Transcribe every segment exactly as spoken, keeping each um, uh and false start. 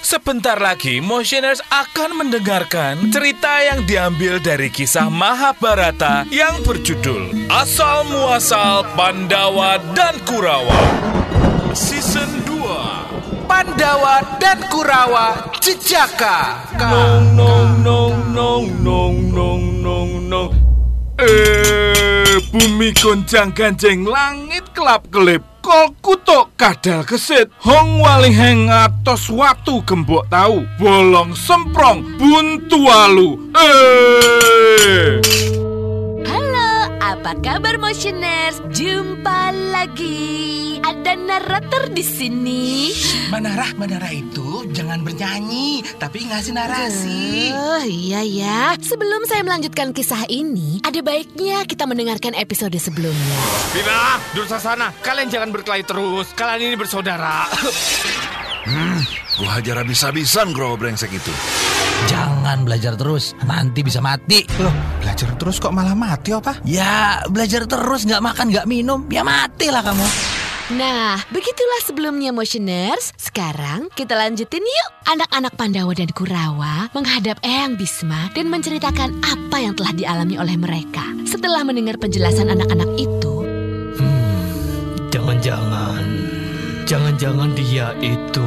Sebentar lagi Motioners akan mendengarkan cerita yang diambil dari kisah Mahabharata yang berjudul Asal Muasal Pandawa dan Kurawa. Season dua, Pandawa dan Kurawa Jejaka. Nong nong nong nong nong nong nong nong. Eh, bumi gonjang ganjeng, langit kelap-kelip. Kol kutuk kadal kesit, hong wali heng atos watu gembok tahu, bolong semprong buntu alu. Eh. Halo, apa kabar Motioners? Jumpa lagi. Ada narator di sini. Manara, Manara itu jangan bernyanyi, tapi ngasih narasi. Oh iya ya. Sebelum saya melanjutkan kisah ini, ada baiknya kita mendengarkan episode sebelumnya. Bima, Dursasana, kalian jangan berkelahi terus. Kalian ini bersaudara. Hmm, gua hajar habis-habisan grow brengsek itu. Jangan belajar terus, nanti bisa mati. Loh, belajar terus kok malah mati apa? Ya, belajar terus gak makan gak minum, ya matilah kamu. Nah, begitulah sebelumnya Motioners. Sekarang kita lanjutin yuk. Anak-anak Pandawa dan Kurawa menghadap Eyang Bisma dan menceritakan apa yang telah dialami oleh mereka. Setelah mendengar penjelasan anak-anak itu, Hmm, jangan-jangan, jangan-jangan dia itu,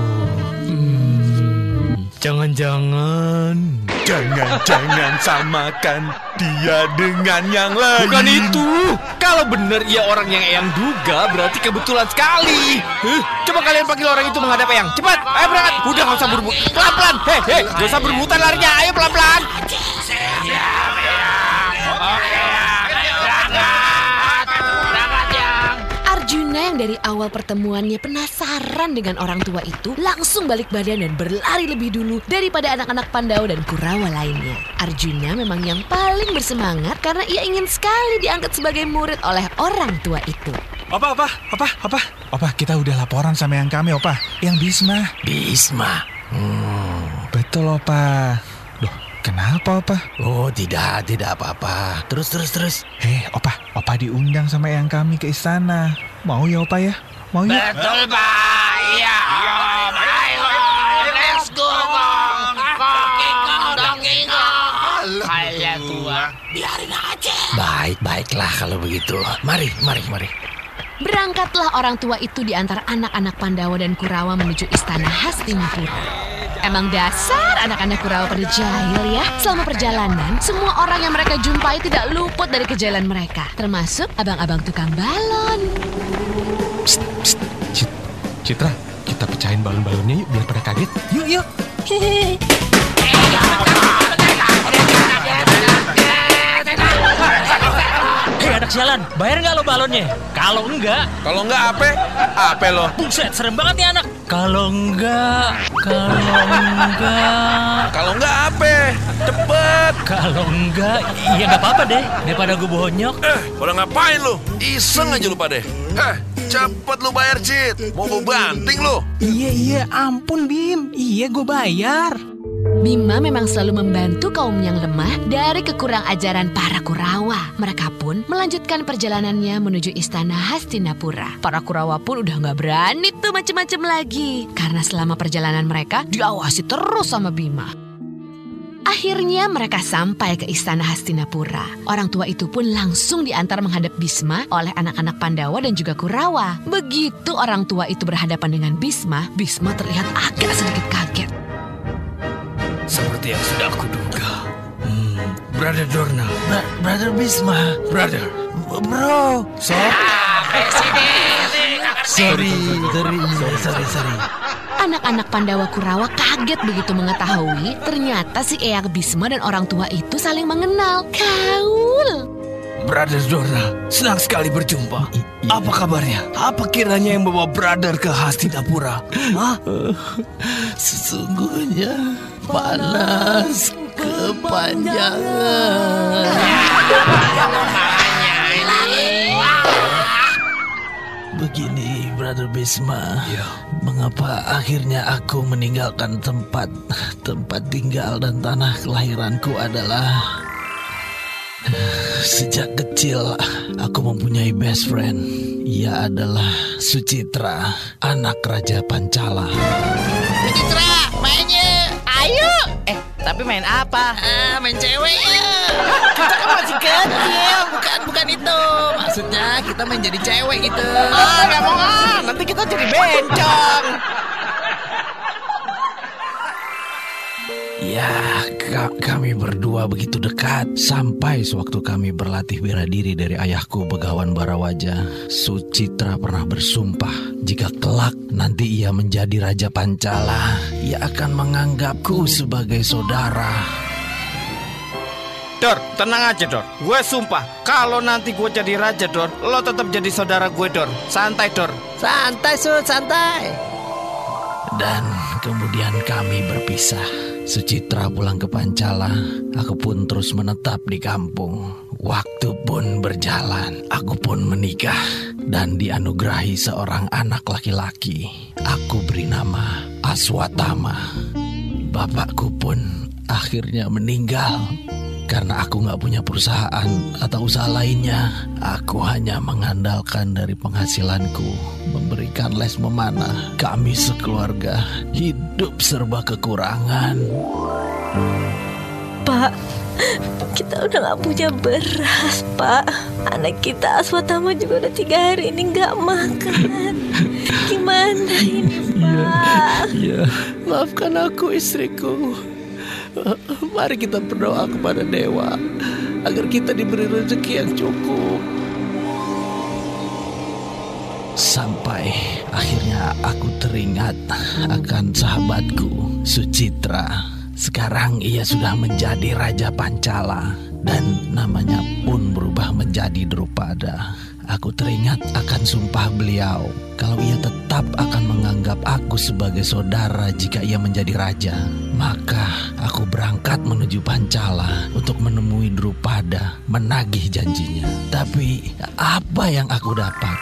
hmm, jangan-jangan, Jangan-jangan samakan dia dengan yang lain. Bukan itu. Kalau benar ia orang yang Eyang duga, berarti kebetulan sekali. Huh? Coba kalian panggil orang itu menghadap Eyang. Cepat, ayo berangkat. Udah gak usah berebut. Pelan-pelan. Hei, hei, gak usah berebutan larinya. Ayo pelan-pelan. Arjuna yang dari awal pertemuannya penasaran dengan orang tua itu langsung balik badan dan berlari lebih dulu daripada anak-anak Pandawa dan Kurawa lainnya. Arjuna memang yang paling bersemangat karena ia ingin sekali diangkat sebagai murid oleh orang tua itu. Opa, opa, opa, opa. Opa, kita udah laporan sama yang kami, opa. Yang Bisma. Bisma. Hmm. Betul, opa. Loh, kenapa, opa? Oh, tidak, tidak apa-apa. Terus, terus, terus. Hei, opa, opa diundang sama yang kami ke istana. Mau ya, opa ya? Mau ya? Betul, Pak. Iya. Ayo, let's go. Kalian tua. Biarin aja. Baik, baiklah kalau begitu. Mari, mari, mari. Berangkatlah orang tua itu di antara anak-anak Pandawa dan Kurawa menuju istana Hastinapura. Emang dasar anak-anak Kurawa pada jahil ya. Selama perjalanan, semua orang yang mereka jumpai tidak luput dari kejahilan mereka, termasuk abang-abang tukang balon. Psst, psst. Cit, Citra, kita pecahin balon-balonnya yuk biar pada kaget. Yuk, yuk. Hehehe. hei anak sialan, bayar nggak lo balonnya? Kalau enggak, Kalau enggak apa? Apa lo? buset serem banget nih anak. Kalau enggak, kalau enggak, Kalau enggak apa? Cepet. kalau enggak, ya nggak apa-apa deh, daripada gue bonyok. Eh, pada ngapain lu? Iseng aja lu pada. Heh, cepet lu bayar, Cit. Mau gue banting lu. Iya, iya, ampun Bim. Iya, gue bayar. Bima memang selalu membantu kaum yang lemah dari kekurang ajaran para Kurawa. Mereka pun melanjutkan perjalanannya menuju istana Hastinapura. Para Kurawa pun udah gak berani tuh macem-macem lagi, karena selama perjalanan mereka diawasi terus sama Bima. Akhirnya mereka sampai ke istana Hastinapura. Orang tua itu pun langsung diantar menghadap Bisma oleh anak-anak Pandawa dan juga Kurawa. Begitu orang tua itu berhadapan dengan Bisma, Bisma terlihat agak sedikit kaget. Seperti yang sudah aku duga. Hmm, Brother Dorna, Bra- Brother Bisma. brother. Bro. So? Sorry, sorry, sorry, sorry. Anak-anak Pandawa Kurawa kaget begitu mengetahui ternyata si Eyang Bisma dan orang tua itu saling mengenal. Kaul. Brother Dorna, senang sekali berjumpa. Apa kabarnya? Apa kiranya yang membawa brother ke Hastinapura? Hah? Sesungguhnya panas kepanjangan. Begini, Brother Bisma. Ya. Mengapa akhirnya aku meninggalkan tempat tempat tinggal dan tanah kelahiranku adalah sejak kecil aku mempunyai best friend. Ia adalah Sucitra, anak Raja Pancala. Sucitra, mainnya Tapi main apa? Ah, main cewek ya. Kita kan masih kecil. Bukan, bukan itu. Maksudnya kita main jadi cewek gitu. Ah, nggak mau ah. Nanti kita jadi bencong. Ya, ka- kami berdua begitu dekat sampai sewaktu kami berlatih bela diri dari ayahku Begawan Barawaja. Sucitra pernah bersumpah jika kelak nanti ia menjadi Raja Pancala, ia akan menganggapku sebagai saudara. Dor, tenang aja Dor. Gue sumpah, kalau nanti gue jadi raja Dor, lo tetap jadi saudara gue Dor. Santai Dor. Santai, Sud, santai. Dan kemudian kami berpisah. Sucitra pulang ke Pancala, aku pun terus menetap di kampung. Waktu pun berjalan, aku pun menikah dan dianugerahi seorang anak laki-laki. Aku beri nama Aswatama. Bapakku pun akhirnya meninggal karena aku gak punya perusahaan atau usaha lainnya. Aku hanya mengandalkan dari penghasilanku memberikan les memanah. Kami sekeluarga hidup serba kekurangan. Pak, kita udah gak punya beras, Pak. Anak kita Aswatama juga udah tiga hari ini gak makan. Gimana ini, Pak? Ya, maafkan aku istriku. Mari kita berdoa kepada dewa agar kita diberi rezeki yang cukup. Sampai akhirnya aku teringat akan sahabatku Sucitra. Sekarang ia sudah menjadi Raja Pancala dan namanya pun berubah menjadi Drupada. Aku teringat akan sumpah beliau kalau ia tetap akan menganggap aku sebagai saudara jika ia menjadi raja. Maka aku berangkat menuju Pancala untuk menemui Drupada, menagih janjinya. Tapi apa yang aku dapat?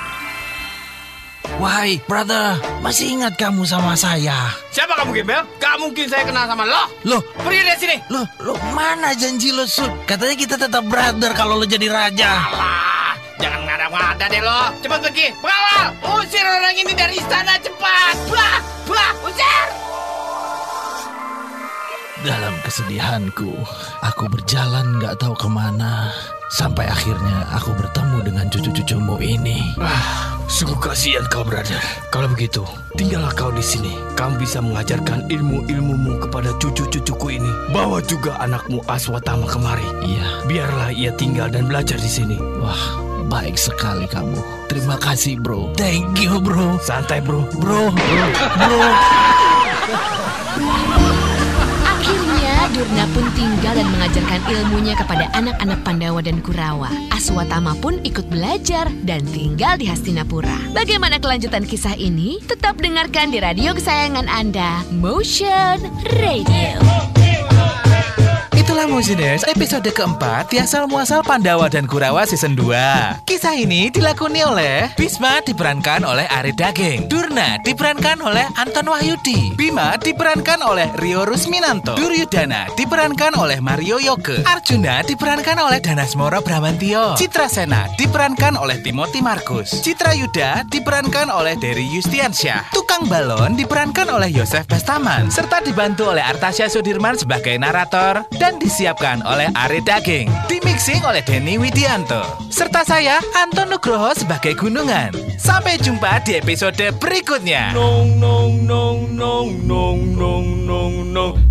Wahai brother, masih ingat kamu sama saya? Siapa kamu Gembel? Gak mungkin saya kenal sama lo. Loh, pergi dari sini. Loh, loh mana janji lo, Sud? Katanya kita tetap brother kalau lo jadi raja. Alah, jangan ngada-ngada deh lo. Cepat pergi, pengawal. Usir orang ini dari istana cepat. Bah, bah, usir. Dalam kesedihanku, aku berjalan gak tahu kemana. Sampai akhirnya aku bertemu dengan cucu-cucumu ini. Ah, sungguh kasihan kau, brother. Kalau begitu, tinggallah kau di sini. Kamu bisa mengajarkan ilmu-ilmumu kepada cucu-cucuku ini. Bawa juga anakmu Aswatama kemari. Iya. Biarlah ia tinggal dan belajar di sini. Wah, baik sekali kamu. Terima kasih, bro. Thank you, bro. Santai, bro. Bro, bro, bro. Durna pun tinggal dan mengajarkan ilmunya kepada anak-anak Pandawa dan Kurawa. Aswatama pun ikut belajar dan tinggal di Hastinapura. Bagaimana kelanjutan kisah ini? Tetap dengarkan di radio kesayangan Anda, Motion Radio. Itulah Motioners, episode keempat Tiasal Muasal Pandawa dan Kurawa season dua. Kisah ini dilakoni oleh Bisma diperankan oleh Ari Daging, Durna diperankan oleh Anton Wahyudi, Bima diperankan oleh Rio Rusminanto, Duryudana diperankan oleh Mario Yoke, Arjuna diperankan oleh Danasmoro Bramantio, Citra Sena diperankan oleh Timothy Markus, Citra Yuda diperankan oleh Dery Yustiansyah, Tukang Balon diperankan oleh Yosef Bastaman, serta dibantu oleh Artasya Sudirman sebagai narator dan disiapkan oleh Ari Daging, dimixing oleh Denny Widianto, serta saya Anton Nugroho sebagai Gunungan. Sampai jumpa di episode berikutnya. Nong nong nong nong nong nong nong nong.